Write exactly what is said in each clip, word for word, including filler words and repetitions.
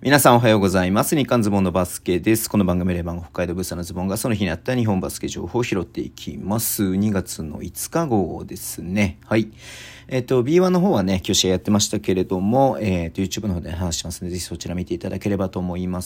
皆さんおはようございます。日刊ズボンのバスケです。この番組レバン北海道ブースのズボンがその日にあった日本バスケ情報を拾っていきます。にがつのいつか号ですね。はい。えっと、ビーワン の方はね、今日試合やってましたけれども、えっと、YouTube の方で話しますので、ぜひそちら見ていただければと思います。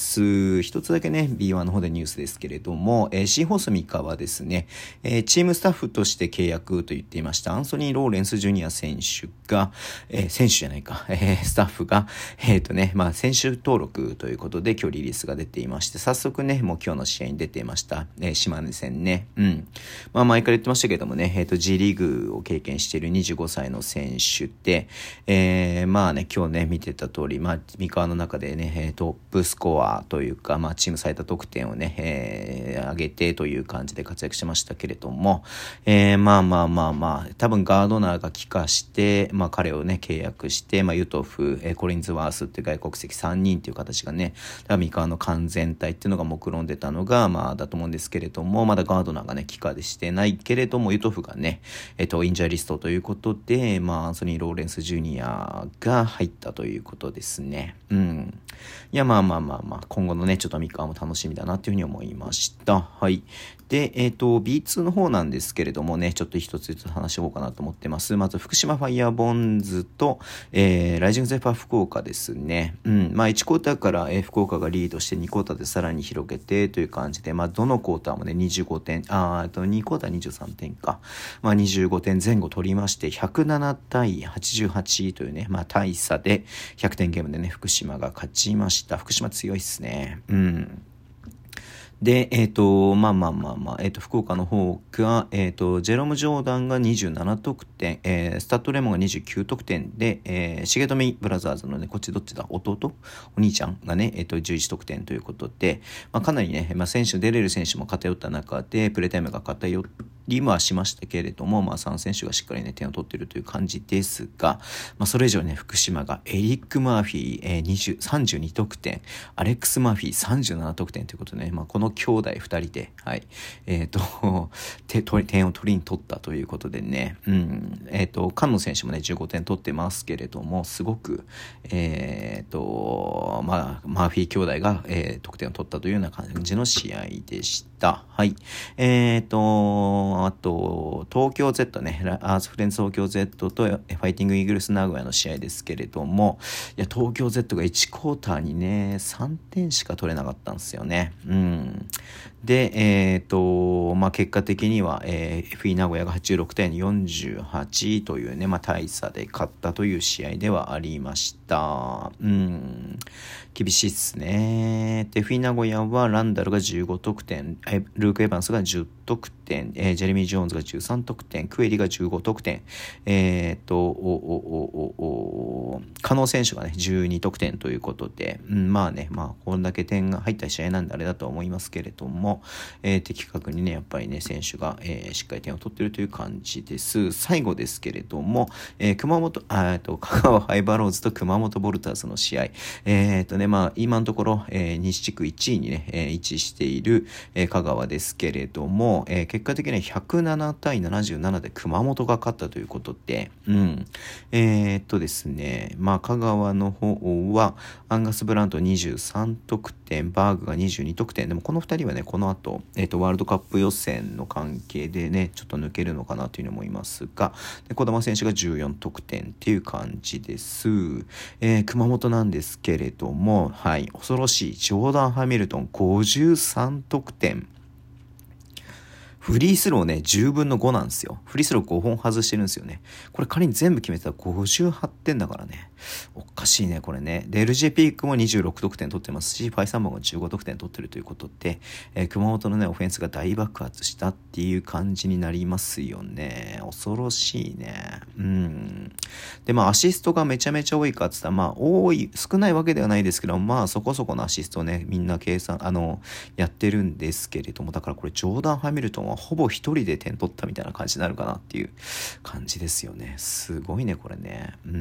一つだけね、ビーワン の方でニュースですけれども、えー、シーホース三河はですね、えー、チームスタッフとして契約と言っていましたアンソニー・ローレンス・ジュニア選手が、えー、選手じゃないか、えー、スタッフが、えっとね、まあ、選手登録ということで、今日リリースが出ていまして、早速ね、もう今日の試合に出ていました。えー、島根戦ね。うん。まあ、前から言ってましたけどもね、えっと、G リーグを経験しているにじゅうごさいの選手で、えー、まあね、今日ね、見てた通り、まあ、三河の中でね、トップスコアというか、まあ、チーム最多得点をね、えー、上げてという感じで活躍しましたけれども、えー、まあまあまあまあ、多分ガードナーが帰化して、まあ、彼をね、契約して、まあ、ユトフ、えー、コリンズワースっていう外国籍さんにんという形がね、三河の完全体っていうのが目論んでたのが、まあ、だと思うんですけれども、まだガードナーがね、帰化でしてないけれども、ユトフがね、えっと、インジャーリストということで、まあ、アンソニー・ローレンス・ジュニアが入ったということですね。うん。いや、まあまあまあまあ、今後のね、ちょっと三河も楽しみだなっていうふうに思いました。はい。で、えっと、ビーツー の方なんですけれどもね、ちょっと一つずつ話しようかなと思ってます。まず、福島ファイヤーボンズと、えー、ライジングゼファー福岡ですね。うん。まあ、いちクォーターから、えー、福岡がリードしてにクォーターでさらに広げてという感じで、まあ、どのクォーターもね、にじゅうごてん、あー、あとにクォーターにじゅうさんてんか。まあ、にじゅうごてんぜん後取りまして、ひゃくななたいはちじゅうはちというね、まあ、大差でひゃくてんゲームでね、福島が勝ちました。福島強いっすね。うん。で、えっ、ー、と、まあまあまあまあ、えっ、ー、と、福岡の方が、えっ、ー、と、ジェロム・ジョーダンがにじゅうななとくてん、えー、スタッドレモンがにじゅうきゅうとくてんで、えー、重富ブラザーズのね、こっちどっちだ弟お兄ちゃんがね、えっ、と、じゅういちとくてんということで、まあ、かなりね、まあ、選手、出れる選手も偏った中で、プレータイムが偏りはしましたけれども、まあ、さん選手がしっかりね、点を取っているという感じですが、まあ、それ以上ね、福島がエリック・マーフィー、えー、にじゅう、さんじゅうにとくてん、アレックス・マーフィーさんじゅうななとくてんということでね、まあ、この兄弟ふたりで、はい、えっ、ー、と、点を取りに取ったということでね、うん、えっ、ー、と、菅野選手もね、じゅうごてん取ってますけれども、すごく、えっ、ー、と、まあ、マーフィー兄弟が、えー、得点を取ったというような感じの試合でした。はい。えっ、と、あと、東京 Z ね、アースフレンズ東京 Z とファイティングイーグルス名古屋の試合ですけれども、いや、東京 Z がいちクォーターにね、さんてんしか取れなかったんですよね。うん。で、えっ、と、まあ、結果的には、えー、エフイー 名古屋がはちじゅうろくてんによんじゅうはちというね、まあ、大差で勝ったという試合ではありました。うん。厳しいっすね。で、エフイー 名古屋はランダルがじゅうごとくてん、ルーク・エヴァンスがじゅっとくてん、えー、ジェレミー・ジョーンズがじゅうさんとくてん、クエリがじゅうごとくてん、えっ、と、お、お、お、お、加納選手がね、じゅうにとくてんということで、うん、まあね、まあ、こんだけ点が入った試合なんであれだと思いますけれども、えー、的確にね、やっぱりね、選手が、えー、しっかり点を取っているという感じです。最後ですけれども、えー、熊本、あ、えっと、香川ファイバーローズと熊本ボルターズの試合、えっ、とね、まあ、今のところ、えー、西地区いちいにね、えー、位置している、えー、香川ですけれども、えー、結果的にはひゃくななたいななじゅうななで熊本が勝ったということで、うん。えー、っとですね、まあ、香川の方は、アンガス・ブラントにじゅうさんとくてん、バーグがにじゅうにとくてん、でもこのふたりはね、この後、えー、っと、ワールドカップ予選の関係でね、ちょっと抜けるのかなというふうに思いますが、で児玉選手がじゅうよんとくてんっていう感じです。えー、熊本なんですけれども、はい、恐ろしい、ジョーダン・ハミルトンごじゅうさんとくてん、フリースローね、じゅうぶんのごなんですよ。フリースローごほん外してるんですよね。これ仮に全部決めてたらごじゅうはってんだからね。おかしいね、これね。で、エルジェー ピークもにじゅうろくとくてん取ってますし、ファイサンボンがじゅうごとくてん取ってるということで、えー、熊本のね、オフェンスが大爆発したっていう感じになりますよね。恐ろしいね。うん。で、まあ、アシストがめちゃめちゃ多いかって言ったら、まあ、多い、少ないわけではないですけど、まあ、そこそこのアシストをね、みんな計算、あの、やってるんですけれども、だからこれ、ジョーダン・ハミルトンはほぼ一人で点取ったみたいな感じになるかなっていう感じですよね。すごいね、これね。うん、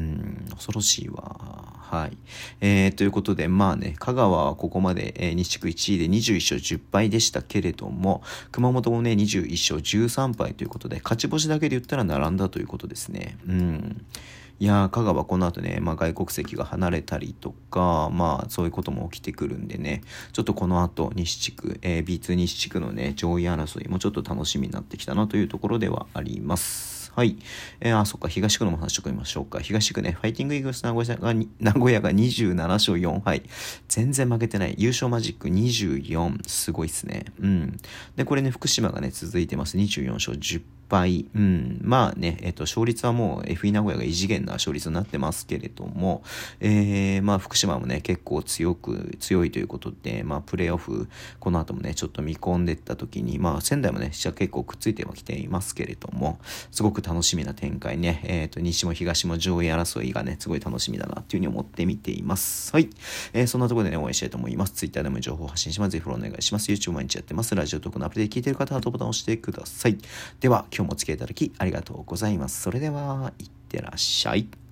恐ろしいわ。はい。えー、ということで、まあね、香川はここまで、えー、西地区いちいでにじゅういっしょうじゅっぱいでしたけれども、熊本もね、にじゅういっしょうじゅうさんぱいということで、勝ち星だけで言ったら並んだということですね。うん。 いやー、香川この後ね、まあ外国籍が離れたりとか、まあそういうことも起きてくるんでね、ちょっとこの後西地区、えー、ビーツー 西地区のね、上位争いもちょっと楽しみになってきたなというところではあります。はい。えー、あ、そっか、東区のも話しておきましょうか。東区ね、ファイティングイーグルス名古屋が、名古屋がにじゅうなな勝よん敗。全然負けてない。優勝マジックにじゅうよん。すごいっすね。うん。で、これね、福島がね、続いてます。にじゅうよん勝じゅっ敗。うん。まあね、えっと、勝率はもう エフイー 名古屋が異次元な勝率になってますけれども、えー、まあ福島もね、結構強く、強いということで、まあプレーオフ、この後もね、ちょっと見込んでった時に、まあ仙台もね、結構くっついてはきていますけれども、すごく楽しみな展開ね。えっと、西も東も上位争いがね、すごい楽しみだなっていうふうに思って見ています。はい。えー、そんなところでね、応援したいと思います。Twitter でも情報発信します。ぜひフォローお願いします。YouTube 毎日やってます。ラジオトークのアプリで聞いている方はハートボタンを押してください。では、今日もお付き合いいただきありがとうございます。それでは、いってらっしゃい。